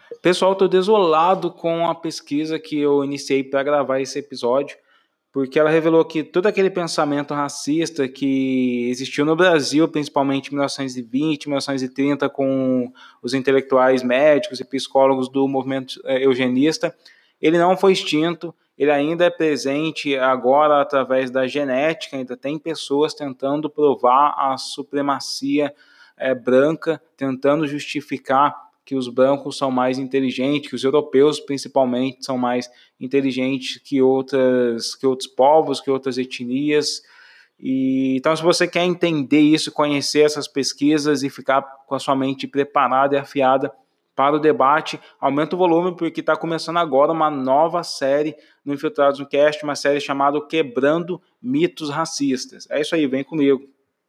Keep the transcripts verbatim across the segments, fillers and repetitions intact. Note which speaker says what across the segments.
Speaker 1: Pessoal, estou desolado com a pesquisa que eu iniciei para gravar esse episódio, porque ela revelou que todo aquele pensamento racista que existiu no Brasil, principalmente em mil novecentos e vinte, mil novecentos e trinta, com os intelectuais médicos e psicólogos do movimento eugenista, ele não foi extinto, ele ainda é presente agora através da genética, ainda tem pessoas tentando provar a supremacia é, branca, tentando justificar que os brancos são mais inteligentes, que os europeus principalmente são mais inteligentes que, outras, que outros povos, que outras etnias. E, então, se você quer entender isso, conhecer essas pesquisas e ficar com a sua mente preparada e afiada para o debate, aumenta o volume, porque está começando agora uma nova série no Infiltrados no Cast, uma série chamada Quebrando Mitos Racistas. É isso aí, vem comigo.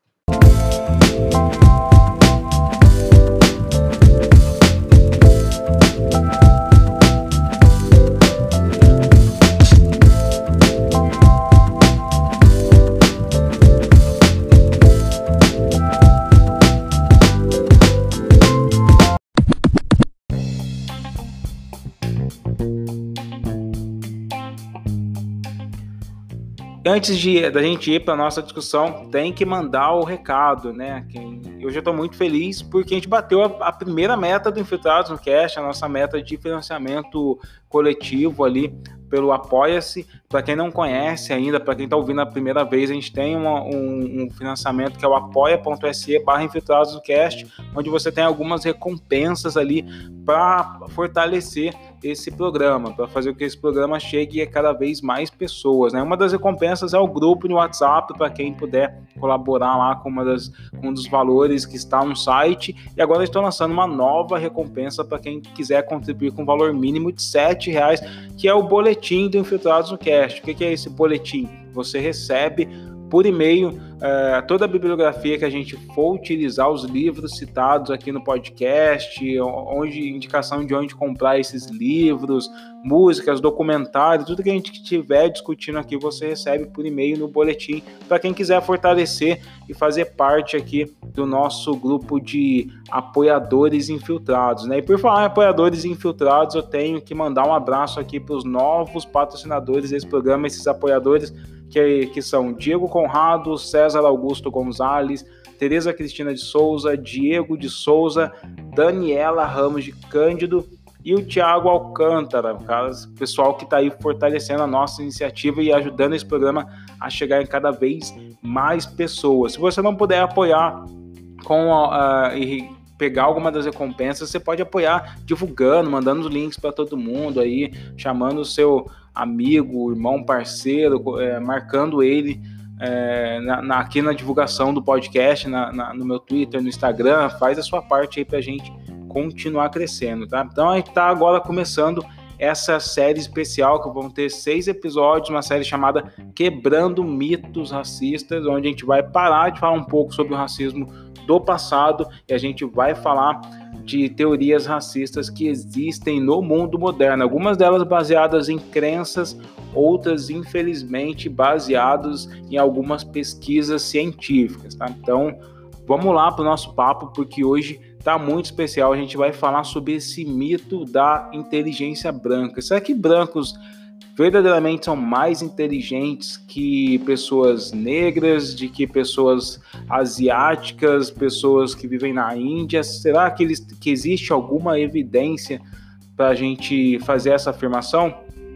Speaker 1: Antes de da gente ir para a nossa discussão, tem que mandar o recado, né? Eu já estou muito feliz porque a gente bateu a, a primeira meta do Infiltrados no Cast, a nossa meta de financiamento coletivo ali pelo Apoia-se. Para quem não conhece ainda, para quem está ouvindo a primeira vez, a gente tem uma, um, um financiamento que é o apoia.se barra Infiltrados no Cast, onde você tem algumas recompensas ali para fortalecer esse programa, para fazer com que esse programa chegue a cada vez mais pessoas, né? Uma das recompensas é o grupo no WhatsApp, para quem puder colaborar lá com, uma das, com um dos valores que está no site, e agora estou lançando uma nova recompensa para quem quiser contribuir com um valor mínimo de sete reais, que é o boletim do Infiltrados no Cast. O que é esse boletim? Você recebe por e-mail uh, toda a bibliografia que a gente for utilizar, os livros citados aqui no podcast, onde, indicação de onde comprar esses livros, músicas, documentários, tudo que a gente estiver discutindo aqui você recebe por e-mail no boletim, para quem quiser fortalecer e fazer parte aqui do nosso grupo de apoiadores infiltrados, né? E por falar em apoiadores infiltrados, eu tenho que mandar um abraço aqui para os novos patrocinadores desse programa, esses apoiadores Que, que são Diego Conrado, César Augusto Gonzalez, Tereza Cristina de Souza, Diego de Souza, Daniela Ramos de Cândido e o Thiago Alcântara, o pessoal que está aí fortalecendo a nossa iniciativa e ajudando esse programa a chegar em cada vez mais pessoas. Se você não puder apoiar com a, a, e pegar alguma das recompensas, você pode apoiar divulgando, mandando os links para todo mundo aí, chamando o seu amigo, irmão, parceiro, é, marcando ele é, na, na, aqui na divulgação do podcast, na, na, no meu Twitter, no Instagram. Faz a sua parte aí pra gente continuar crescendo, tá? Então a gente tá agora começando essa série especial, que vão ter seis episódios, uma série chamada Quebrando Mitos Racistas, onde a gente vai parar de falar um pouco sobre o racismo do passado e a gente vai falar de teorias racistas que existem no mundo moderno, algumas delas baseadas em crenças, outras, infelizmente, baseadas em algumas pesquisas científicas, tá? Então, vamos lá para o nosso papo, porque hoje está muito especial. A gente vai falar sobre esse mito da inteligência branca. Será que brancos verdadeiramente são mais inteligentes que pessoas negras, de que pessoas asiáticas, pessoas que vivem na Índia? Será que, eles, que existe alguma evidência para a gente fazer essa afirmação?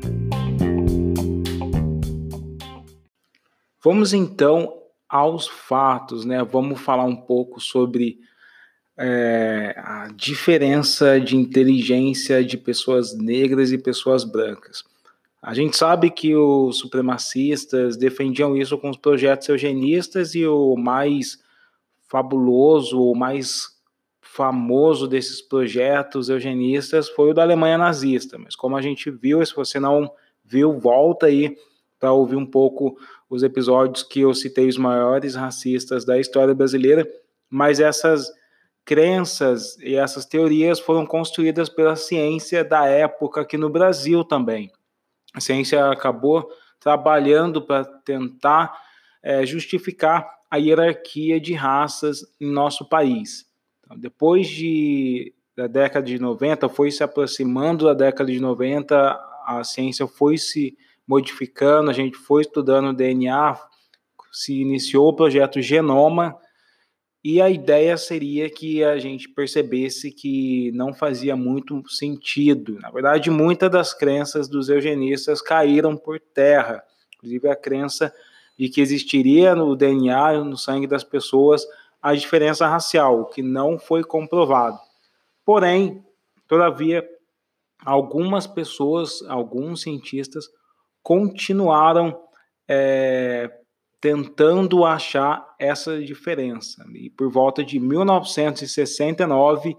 Speaker 1: Vamos então aos fatos, né? Vamos falar um pouco sobre é, a diferença de inteligência de pessoas negras e pessoas brancas. A gente sabe que os supremacistas defendiam isso com os projetos eugenistas, e o mais fabuloso, o mais famoso desses projetos eugenistas foi o da Alemanha nazista. Mas como a gente viu, se você não viu, volta aí para ouvir um pouco os episódios que eu citei, os maiores racistas da história brasileira. Mas essas crenças e essas teorias foram construídas pela ciência da época aqui no Brasil também. A ciência acabou trabalhando para tentar é, justificar a hierarquia de raças em nosso país. Então, depois de, da década de noventa, foi se aproximando da década de noventa, a ciência foi se modificando, a gente foi estudando o D N A, se iniciou o projeto Genoma, e a ideia seria que a gente percebesse que não fazia muito sentido. Na verdade, muitas das crenças dos eugenistas caíram por terra, inclusive a crença de que existiria no D N A, no sangue das pessoas, a diferença racial, o que não foi comprovado. Porém, todavia, algumas pessoas, alguns cientistas, continuaram é, tentando achar essa diferença. E por volta de mil novecentos e sessenta e nove,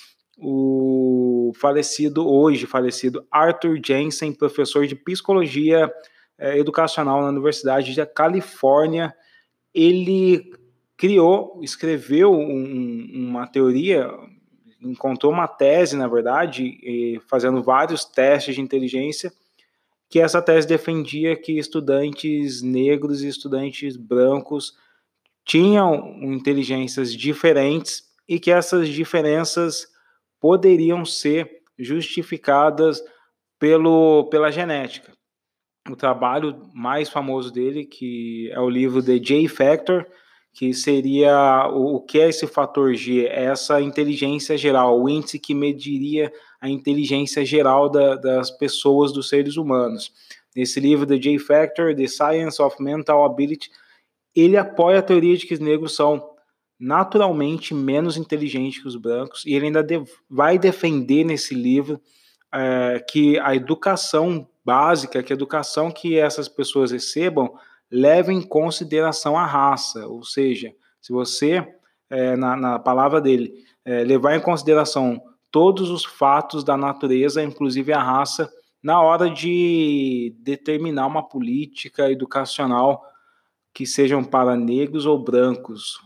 Speaker 1: o falecido, hoje falecido, Arthur Jensen, professor de psicologia é, educacional na Universidade da Califórnia, ele criou, escreveu um, uma teoria, encontrou uma tese, na verdade, fazendo vários testes de inteligência, que essa tese defendia que estudantes negros e estudantes brancos tinham inteligências diferentes e que essas diferenças poderiam ser justificadas pelo, pela genética. O trabalho mais famoso dele, que é o livro The J Factor, que seria o, o que é esse fator G? É essa inteligência geral, o índice que mediria a inteligência geral da, das pessoas, dos seres humanos. Nesse livro, The J Factor, The Science of Mental Ability, ele apoia a teoria de que os negros são naturalmente menos inteligentes que os brancos, e ele ainda de, vai defender nesse livro é, que a educação básica, que a educação que essas pessoas recebam, leva em consideração a raça, ou seja, se você, é, na, na palavra dele, é, levar em consideração todos os fatos da natureza, inclusive a raça, na hora de determinar uma política educacional que sejam para negros ou brancos.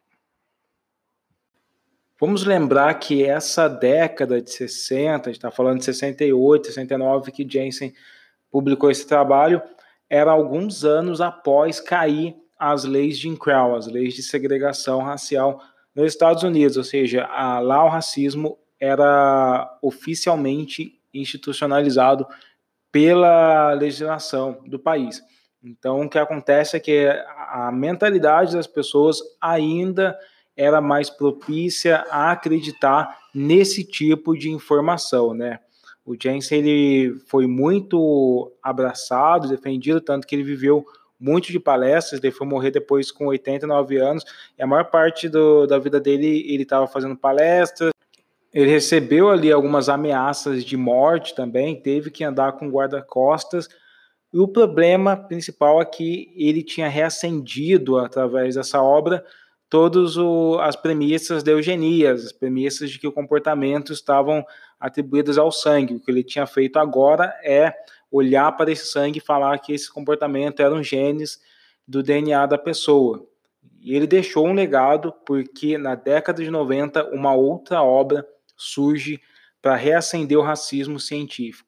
Speaker 1: Vamos lembrar que essa década de sessenta, a gente está falando de sessenta e oito, sessenta e nove, que Jensen publicou esse trabalho, era alguns anos após cair as leis de Jim Crow, as leis de segregação racial nos Estados Unidos, ou seja, a, lá o racismo era oficialmente institucionalizado pela legislação do país. Então, o que acontece é que a mentalidade das pessoas ainda era mais propícia a acreditar nesse tipo de informação, né? O Jensen, ele foi muito abraçado, defendido, tanto que ele viveu muito de palestras, ele foi morrer depois com oitenta e nove anos, e a maior parte do, da vida dele, ele estava fazendo palestras, ele recebeu ali algumas ameaças de morte também, teve que andar com guarda-costas, e o problema principal é que ele tinha reacendido, através dessa obra, todas as premissas da eugenia, as premissas de que o comportamento estavam atribuídas ao sangue. O que ele tinha feito agora é olhar para esse sangue e falar que esse comportamento eram genes do D N A da pessoa. E ele deixou um legado porque na década de noventa uma outra obra surge para reacender o racismo científico.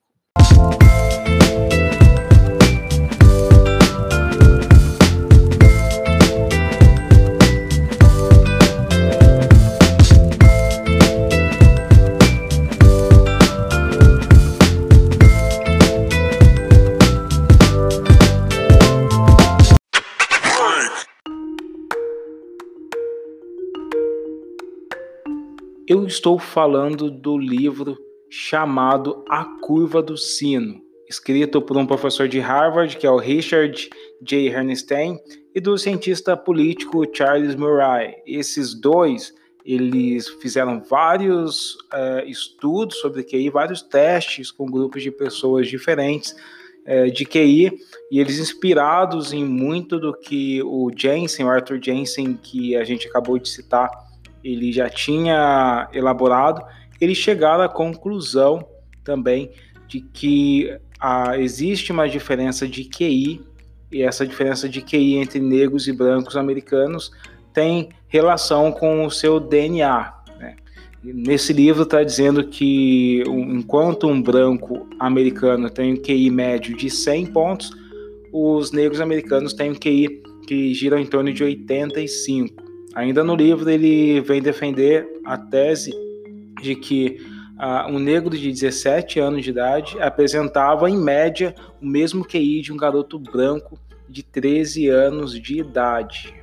Speaker 1: Eu estou falando do livro chamado A Curva do Sino, escrito por um professor de Harvard, que é o Richard J. Herrnstein, e do cientista político Charles Murray. Esses dois, eles fizeram vários uh, estudos sobre Q I, vários testes com grupos de pessoas diferentes uh, de Q I, e eles inspirados em muito do que o Jensen, o Arthur Jensen, que a gente acabou de citar, ele já tinha elaborado, eles chegaram à conclusão também de que ah, existe uma diferença de Q I, e essa diferença de Q I entre negros e brancos americanos tem relação com o seu D N A. Né? Nesse livro está dizendo que um, enquanto um branco americano tem um Q I médio de cem pontos, os negros americanos têm um Q I que gira em torno de oitenta e cinco. Ainda no livro ele vem defender a tese de que uh, um negro de dezessete anos de idade apresentava, em média, o mesmo Q I de um garoto branco de treze anos de idade.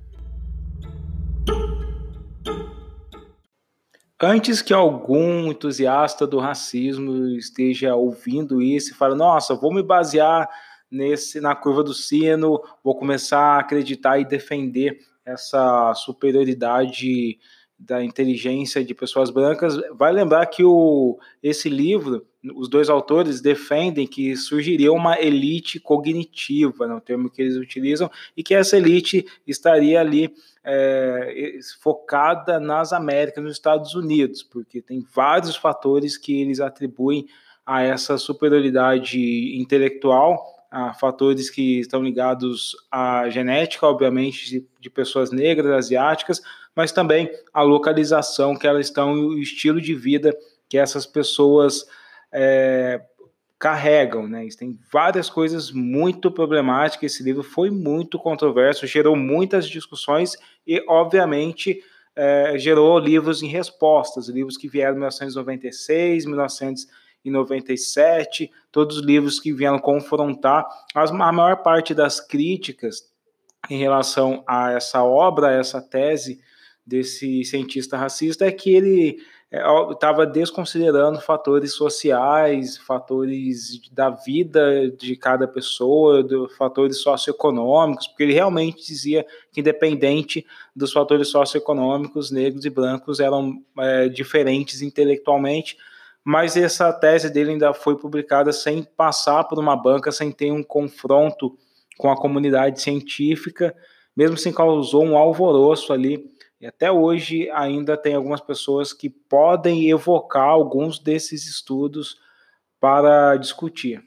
Speaker 1: Antes que algum entusiasta do racismo esteja ouvindo isso e fale, nossa, vou me basear nesse, na curva do sino, vou começar a acreditar e defender essa superioridade da inteligência de pessoas brancas, vai lembrar que o, esse livro, os dois autores defendem que surgiria uma elite cognitiva, no termo que eles utilizam, e que essa elite estaria ali é, focada nas Américas, nos Estados Unidos, porque tem vários fatores que eles atribuem a essa superioridade intelectual, a fatores que estão ligados à genética, obviamente, de, de pessoas negras, asiáticas, mas também a localização que elas estão e o estilo de vida que essas pessoas é, carregam, né? Tem várias coisas muito problemáticas. Esse livro foi muito controverso, gerou muitas discussões e, obviamente, é, gerou livros em respostas, livros que vieram em mil novecentos e noventa e seis, mil novecentos e noventa e sete, todos os livros que vieram confrontar as, a maior parte das críticas em relação a essa obra, a essa tese desse cientista racista, é que ele estava é, desconsiderando fatores sociais, fatores da vida de cada pessoa, do, fatores socioeconômicos, porque ele realmente dizia que, independente dos fatores socioeconômicos, negros e brancos eram é, diferentes intelectualmente, mas essa tese dele ainda foi publicada sem passar por uma banca, sem ter um confronto com a comunidade científica, mesmo assim causou um alvoroço ali. E até hoje ainda tem algumas pessoas que podem evocar alguns desses estudos para discutir.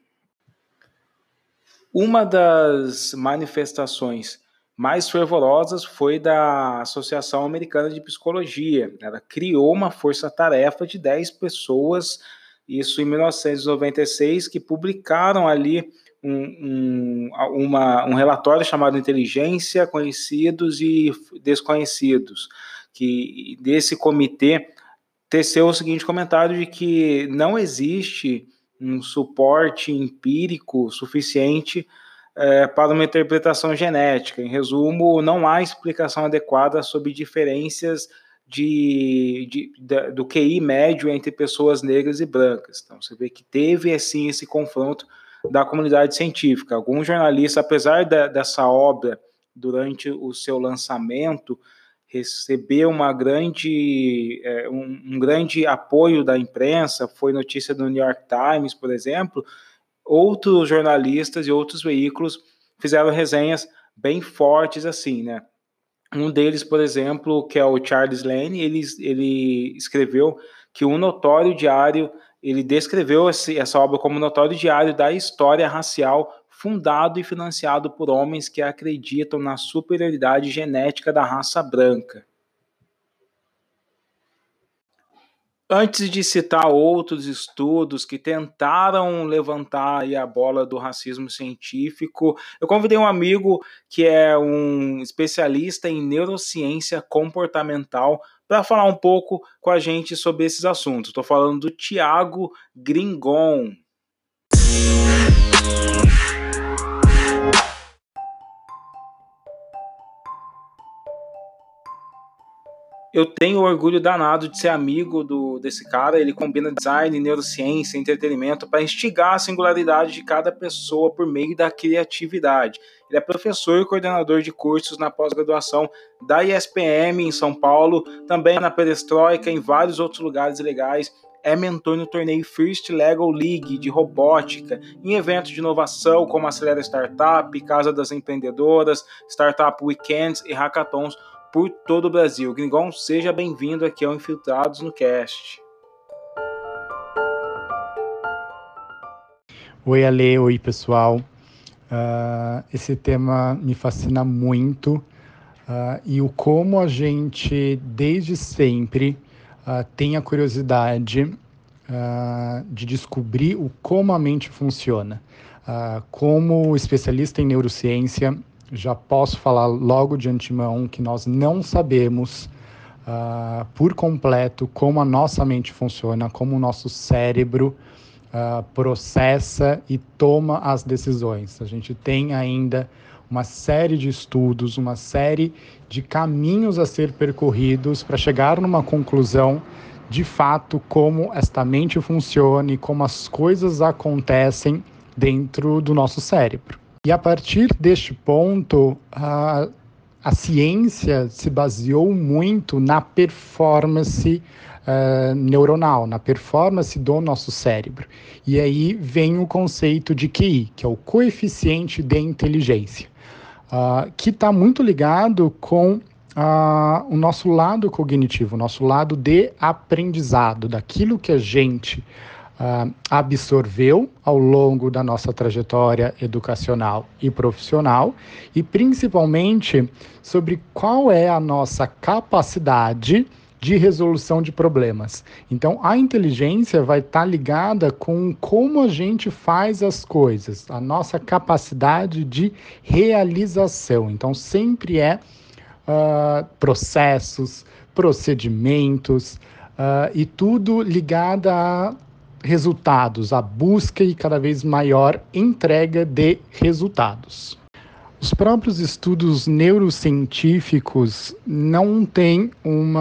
Speaker 1: Uma das manifestações mais fervorosas foi da Associação Americana de Psicologia. Ela criou uma força-tarefa de dez pessoas, isso em mil novecentos e noventa e seis, que publicaram ali um, um, uma, um relatório chamado Inteligência, Conhecidos e Desconhecidos, que desse comitê teceu o seguinte comentário de que não existe um suporte empírico suficiente é, para uma interpretação genética. Em resumo, não há explicação adequada sobre diferenças de, de, de, do Q I médio entre pessoas negras e brancas. Então, você vê que teve, assim, esse confronto da comunidade científica. Alguns jornalistas, apesar da, dessa obra, durante o seu lançamento, recebeu uma grande, é, um, um grande apoio da imprensa, foi notícia do New York Times, por exemplo. Outros jornalistas e outros veículos fizeram resenhas bem fortes assim, né? Um deles, por exemplo, que é o Charles Lane, ele, ele escreveu que um notório diário, ele descreveu esse, essa obra como um notório diário da história racial fundado e financiado por homens que acreditam na superioridade genética da raça branca. Antes de citar outros estudos que tentaram levantar aí a bola do racismo científico, eu convidei um amigo que é um especialista em neurociência comportamental para falar um pouco com a gente sobre esses assuntos. Estou falando do Thiago Gringon. Eu tenho orgulho danado de ser amigo do, desse cara. Ele combina design, neurociência, entretenimento para instigar a singularidade de cada pessoa por meio da criatividade. Ele é professor e coordenador de cursos na pós-graduação da I S P M em São Paulo, também na Perestroika, em vários outros lugares legais. É mentor no torneio First Lego League de robótica, em eventos de inovação como Acelera Startup, Casa das Empreendedoras, Startup Weekends e Hackathons por todo o Brasil. Gringon, seja bem-vindo aqui ao Infiltrados no Cast.
Speaker 2: Oi, Ale, oi, pessoal. Uh, esse tema me fascina muito uh, e o como a gente, desde sempre, uh, tem a curiosidade uh, de descobrir o como a mente funciona. Uh, como especialista em neurociência, já posso falar logo de antemão que nós não sabemos uh, por completo como a nossa mente funciona, como o nosso cérebro uh, processa e toma as decisões. A gente tem ainda uma série de estudos, uma série de caminhos a ser percorridos para chegar numa conclusão de fato como esta mente funciona e como as coisas acontecem dentro do nosso cérebro. E a partir deste ponto, a, a ciência se baseou muito na performance uh, neuronal, na performance do nosso cérebro. E aí vem o conceito de Q I, que é o coeficiente de inteligência, uh, que está muito ligado com Uh, o nosso lado cognitivo, o nosso lado de aprendizado, daquilo que a gente uh, absorveu ao longo da nossa trajetória educacional e profissional, e principalmente sobre qual é a nossa capacidade de resolução de problemas. Então, a inteligência vai estar tá ligada com como a gente faz as coisas, a nossa capacidade de realização. Então, sempre é Uh, processos, procedimentos uh, e tudo ligado a resultados, a busca e cada vez maior entrega de resultados. Os próprios estudos neurocientíficos não têm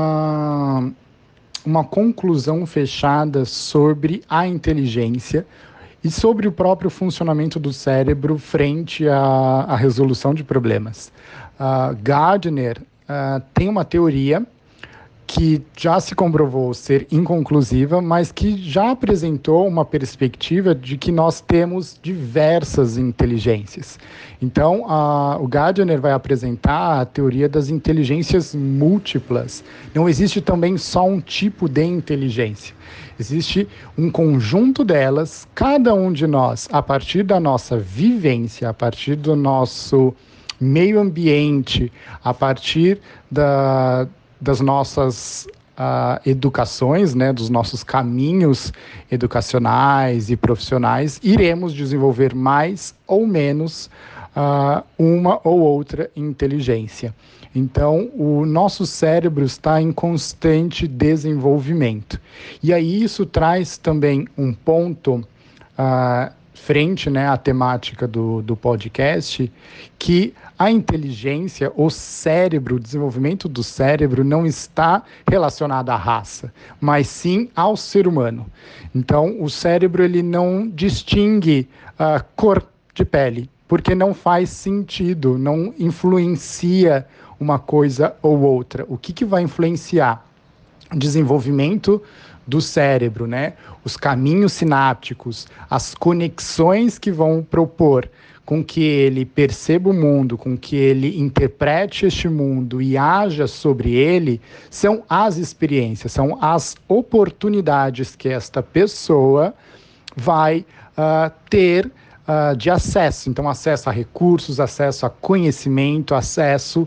Speaker 2: uma, uma conclusão fechada sobre a inteligência e sobre o próprio funcionamento do cérebro frente à, à resolução de problemas. Uh, Gardner uh, tem uma teoria que já se comprovou ser inconclusiva, mas que já apresentou uma perspectiva de que nós temos diversas inteligências. Então, uh, o Gardner vai apresentar a teoria das inteligências múltiplas. Não existe também só um tipo de inteligência. Existe um conjunto delas, cada um de nós, a partir da nossa vivência, a partir do nosso meio ambiente, a partir da, das nossas uh, educações, né, dos nossos caminhos educacionais e profissionais, iremos desenvolver mais ou menos uh, uma ou outra inteligência. Então, o nosso cérebro está em constante desenvolvimento. E aí isso traz também um ponto uh, frente, né, à temática do, do podcast, que a inteligência, o cérebro, o desenvolvimento do cérebro não está relacionado à raça, mas sim ao ser humano. Então, o cérebro ele não distingue a uh, cor de pele, porque não faz sentido, não influencia uma coisa ou outra. O que, que vai influenciar? O desenvolvimento do cérebro, né? Os caminhos sinápticos, as conexões que vão propor com que ele perceba o mundo, com que ele interprete este mundo e haja sobre ele, são as experiências, são as oportunidades que esta pessoa vai uh, ter Uh, de acesso, então acesso a recursos, acesso a conhecimento, acesso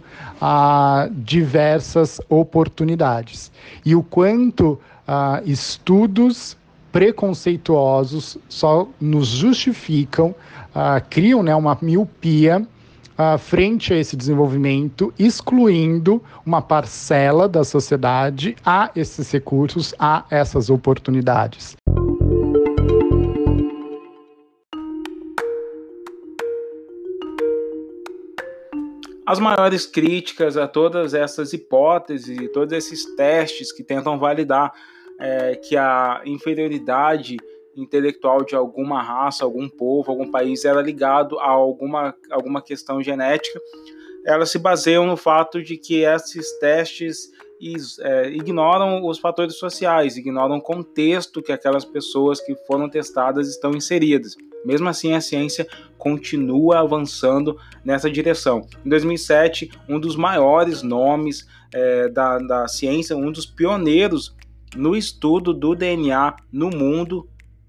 Speaker 2: a diversas oportunidades. E o quanto uh, estudos preconceituosos só nos justificam, uh, criam, né, uma miopia uh, frente a esse desenvolvimento, excluindo uma parcela da sociedade a esses recursos, a essas oportunidades.
Speaker 1: As maiores críticas a todas essas hipóteses e todos esses testes que tentam validar é, que a inferioridade intelectual de alguma raça, algum povo, algum país era ligado a alguma, alguma questão genética, elas se baseiam no fato de que esses testes is, é, ignoram os fatores sociais, ignoram o contexto que aquelas pessoas que foram testadas estão inseridas. Mesmo assim, a ciência continua avançando nessa direção. Em dois mil e sete, um dos maiores nomes é, da, da ciência, um dos pioneiros no estudo do D N A no mundo.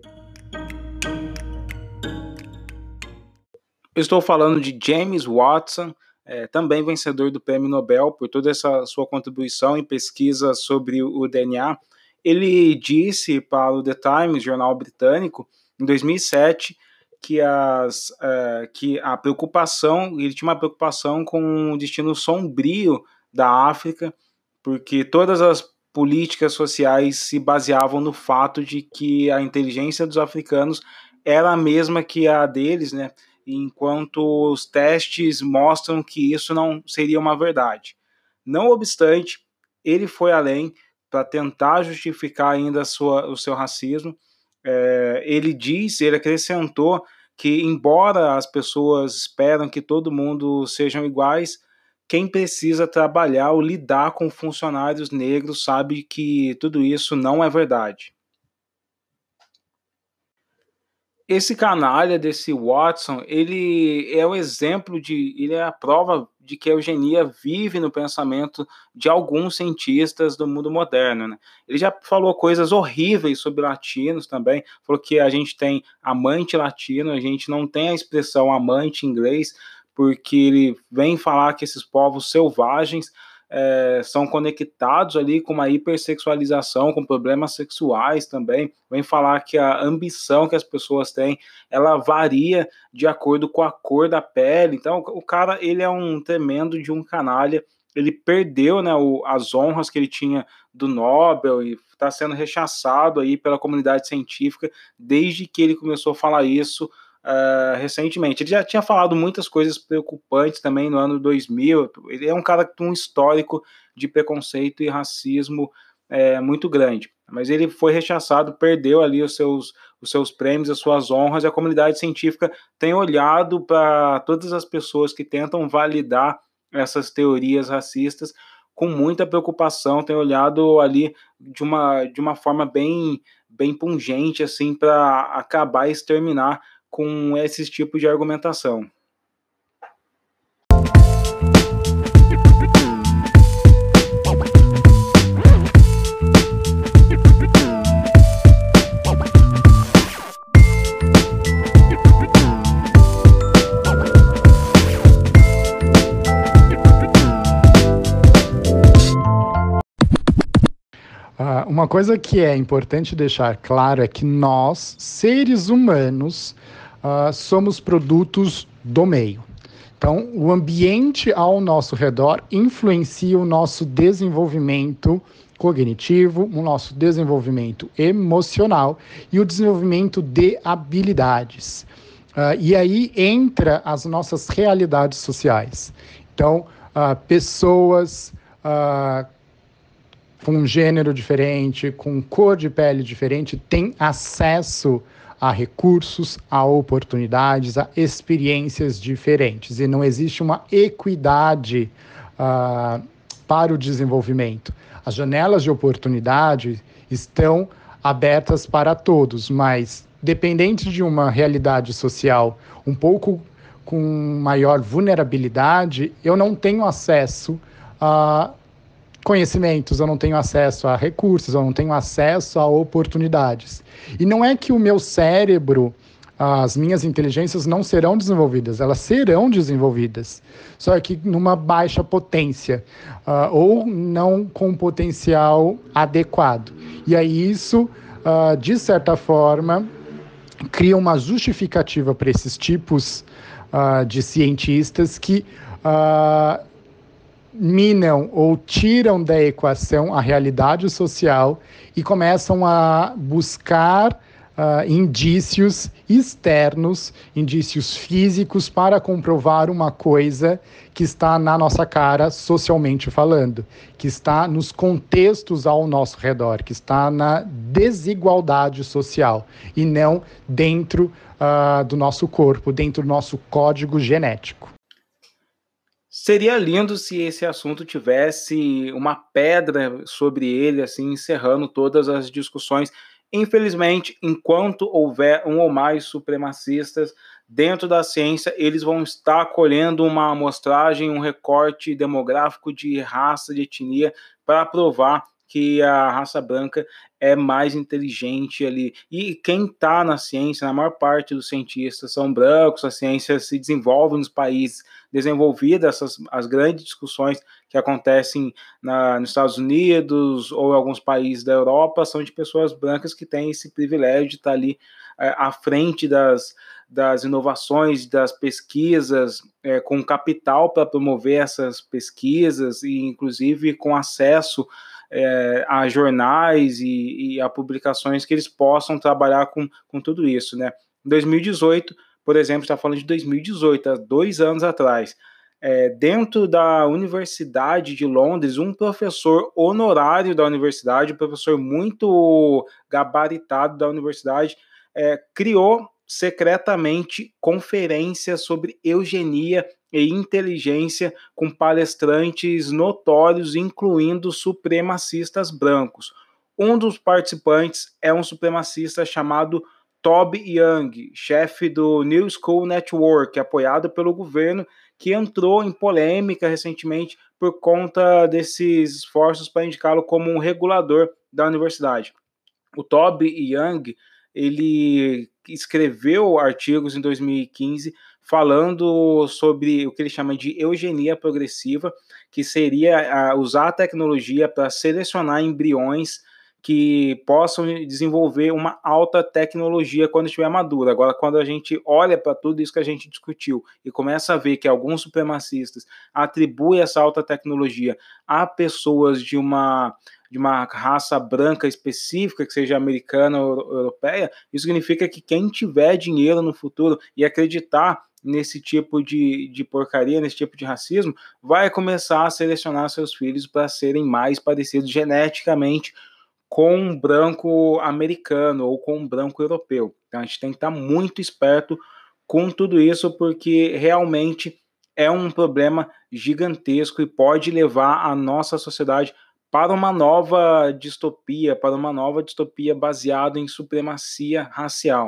Speaker 1: Eu estou falando de James Watson, é, também vencedor do Prêmio Nobel por toda essa sua contribuição em pesquisa sobre o D N A. Ele disse para o The Times, jornal britânico, em dois mil e sete, que, as, uh, que a preocupação, ele tinha uma preocupação com o destino sombrio da África, porque todas as políticas sociais se baseavam no fato de que a inteligência dos africanos era a mesma que a deles, né? Enquanto os testes mostram que isso não seria uma verdade. Não obstante, ele foi além para tentar justificar ainda a sua, o seu racismo. É, ele disse, ele acrescentou que, embora as pessoas esperam que todo mundo sejam iguais, quem precisa trabalhar ou lidar com funcionários negros sabe que tudo isso não é verdade. Esse canalha desse Watson, ele é o exemplo de, ele é a prova de que a eugenia vive no pensamento de alguns cientistas do mundo moderno, né? Ele já falou coisas horríveis sobre latinos também, falou que a gente tem amante latino, a gente não tem a expressão amante em inglês, porque ele vem falar que esses povos selvagens é, são conectados ali com uma hipersexualização, com problemas sexuais também. Vem falar que a ambição que as pessoas têm, ela varia de acordo com a cor da pele. Então, o cara, ele é um tremendo de um canalha. Ele perdeu, né, o, as honras que ele tinha do Nobel e está sendo rechaçado aí pela comunidade científica desde que ele começou a falar isso. Uh, recentemente. Ele já tinha falado muitas coisas preocupantes também no ano dois mil. Ele é um cara com um histórico de preconceito e racismo é, muito grande. Mas ele foi rechaçado, perdeu ali os seus, os seus prêmios, as suas honras, e a comunidade científica tem olhado para todas as pessoas que tentam validar essas teorias racistas com muita preocupação, tem olhado ali de uma, de uma forma bem, bem pungente assim, para acabar e exterminar com esses tipos de argumentação.
Speaker 2: Uh, uma coisa que é importante deixar claro é que nós, seres humanos, uh, somos produtos do meio. Então, o ambiente ao nosso redor influencia o nosso desenvolvimento cognitivo, o nosso desenvolvimento emocional e o desenvolvimento de habilidades. Uh, e aí entra as nossas realidades sociais. Então, uh, pessoas uh, com um gênero diferente, com cor de pele diferente, têm acesso a recursos, a oportunidades, a experiências diferentes. E não existe uma equidade uh, para o desenvolvimento. As janelas de oportunidade estão abertas para todos, mas dependente de uma realidade social um pouco com maior vulnerabilidade, eu não tenho acesso a conhecimentos, eu não tenho acesso a recursos, eu não tenho acesso a oportunidades. E não é que o meu cérebro, as minhas inteligências não serão desenvolvidas, elas serão desenvolvidas, só que numa baixa potência, uh, ou não com potencial adequado. E aí isso, uh, de certa forma, cria uma justificativa para esses tipos uh, de cientistas que uh, minam ou tiram da equação a realidade social e começam a buscar uh, indícios externos, indícios físicos para comprovar uma coisa que está na nossa cara socialmente falando, que está nos contextos ao nosso redor, que está na desigualdade social e não dentro uh, do nosso corpo, dentro do nosso código genético.
Speaker 1: Seria lindo se esse assunto tivesse uma pedra sobre ele, assim, encerrando todas as discussões. Infelizmente, enquanto houver um ou mais supremacistas dentro da ciência, eles vão estar colhendo uma amostragem, um recorte demográfico de raça, de etnia, para provar que a raça branca é mais inteligente ali. E quem está na ciência, na maior parte dos cientistas são brancos, a ciência se desenvolve nos países desenvolvidos, essas, as grandes discussões que acontecem na, nos Estados Unidos ou em alguns países da Europa são de pessoas brancas que têm esse privilégio de estar ali é, à frente das, das inovações, das pesquisas, é, com capital para promover essas pesquisas e, inclusive, com acesso é, a jornais e, e a publicações que eles possam trabalhar com, com tudo isso, né? Em dois mil e dezoito, por exemplo, está falando de dois mil e dezoito, há dois anos atrás, é, dentro da Universidade de Londres, um professor honorário da universidade, um professor muito gabaritado da universidade, é, criou secretamente conferências sobre eugenia e inteligência com palestrantes notórios, incluindo supremacistas brancos. Um dos participantes é um supremacista chamado Toby Young, chefe do New School Network, apoiado pelo governo, que entrou em polêmica recentemente por conta desses esforços para indicá-lo como um regulador da universidade. O Toby Young, ele escreveu artigos em dois mil e quinze falando sobre o que ele chama de eugenia progressiva, que seria usar a tecnologia para selecionar embriões que possam desenvolver uma alta tecnologia quando estiver madura. Agora, quando a gente olha para tudo isso que a gente discutiu e começa a ver que alguns supremacistas atribuem essa alta tecnologia a pessoas de uma, de uma raça branca específica, que seja americana ou europeia, isso significa que quem tiver dinheiro no futuro e acreditar nesse tipo de, de porcaria, nesse tipo de racismo, vai começar a selecionar seus filhos para serem mais parecidos geneticamente com um branco americano ou com um branco europeu. Então a gente tem que estar muito esperto com tudo isso, porque realmente é um problema gigantesco e pode levar a nossa sociedade para uma nova distopia, para uma nova distopia baseada em supremacia racial.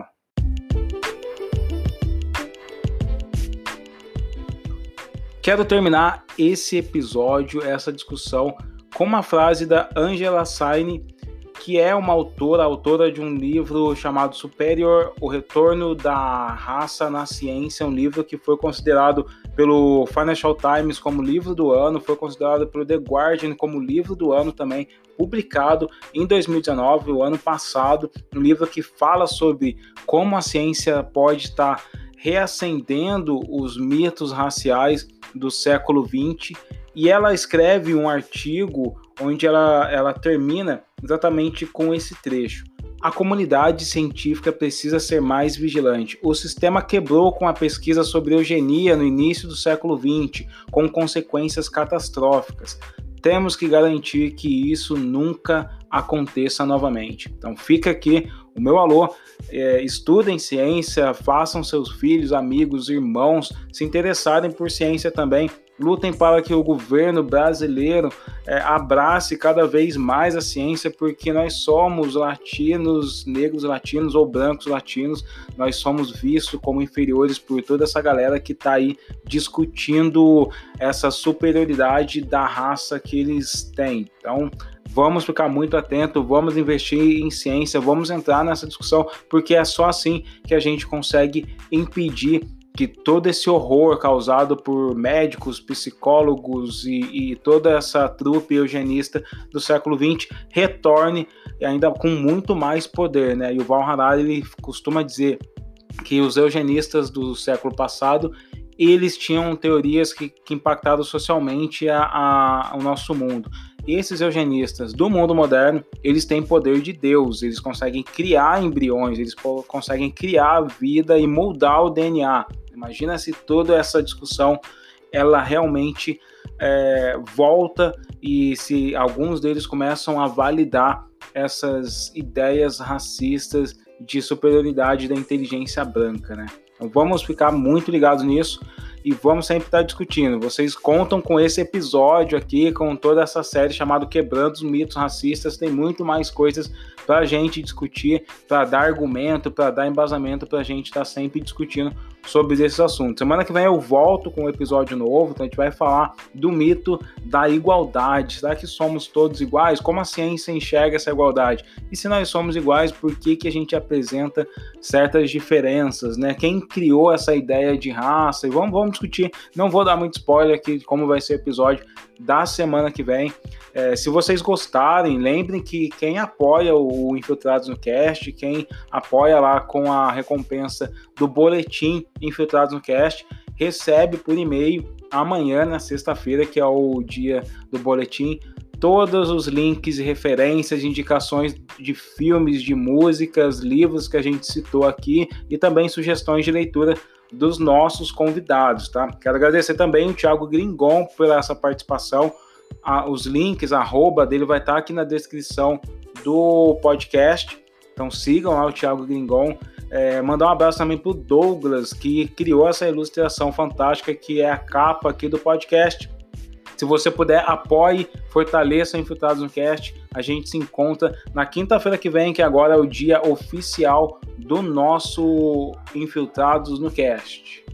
Speaker 1: Quero terminar esse episódio, essa discussão, com uma frase da Angela Saini, que é uma autora, autora de um livro chamado Superior, O Retorno da Raça na Ciência, um livro que foi considerado pelo Financial Times como livro do ano, foi considerado pelo The Guardian como livro do ano também, publicado em dois mil e dezenove, o ano passado, um livro que fala sobre como a ciência pode estar reacendendo os mitos raciais do século vinte, e ela escreve um artigo onde ela, ela termina exatamente com esse trecho. A comunidade científica precisa ser mais vigilante. O sistema quebrou com a pesquisa sobre eugenia no início do século vinte, com consequências catastróficas. Temos que garantir que isso nunca aconteça novamente. Então fica aqui o meu alô, é, estudem ciência, façam seus filhos, amigos, irmãos se interessarem por ciência também. Lutem para que o governo brasileiro é, abrace cada vez mais a ciência, porque nós somos latinos, negros latinos ou brancos latinos, nós somos vistos como inferiores por toda essa galera que está aí discutindo essa superioridade da raça que eles têm. Então, vamos ficar muito atento, vamos investir em ciência, vamos entrar nessa discussão, porque é só assim que a gente consegue impedir que todo esse horror causado por médicos, psicólogos e, e toda essa trupe eugenista do século vinte retorne ainda com muito mais poder, né? E o Val Harari, ele costuma dizer que os eugenistas do século passado, eles tinham teorias que, que impactaram socialmente a, a, o nosso mundo. Esses eugenistas do mundo moderno, eles têm poder de Deus, eles conseguem criar embriões, eles conseguem criar vida e moldar o D N A. Imagina se toda essa discussão ela realmente é, volta e se alguns deles começam a validar essas ideias racistas de superioridade da inteligência branca, né? Então vamos ficar muito ligados nisso e vamos sempre estar discutindo. Vocês contam com esse episódio aqui, com toda essa série chamada Quebrando os Mitos Racistas. Tem muito mais coisas para a gente discutir, para dar argumento, para dar embasamento, para a gente estar sempre discutindo sobre esses assuntos. Semana que vem eu volto com um episódio novo, então a gente vai falar do mito da igualdade. Será que somos todos iguais? Como a ciência enxerga essa igualdade? E se nós somos iguais, por que que a gente apresenta certas diferenças, né? Quem criou essa ideia de raça? E vamos, vamos discutir. Não vou dar muito spoiler aqui de como vai ser o episódio, da semana que vem. É, se vocês gostarem, lembrem que quem apoia o Infiltrados no Cast, quem apoia lá com a recompensa do boletim Infiltrados no Cast, recebe por e-mail amanhã, na sexta-feira, que é o dia do boletim, todos os links e referências, indicações de filmes, de músicas, livros que a gente citou aqui e também sugestões de leitura dos nossos convidados, tá? Quero agradecer também o Thiago Gringon pela essa participação. Ah, os links, a arroba dele vai estar aqui na descrição do podcast, então sigam lá o Thiago Gringon. É, mandar um abraço também para o Douglas, que criou essa ilustração fantástica que é a capa aqui do podcast. Se você puder, apoie, fortaleça o Infiltrados no Cast. A gente se encontra na quinta-feira que vem, que agora é o dia oficial do nosso Infiltrados no Cast.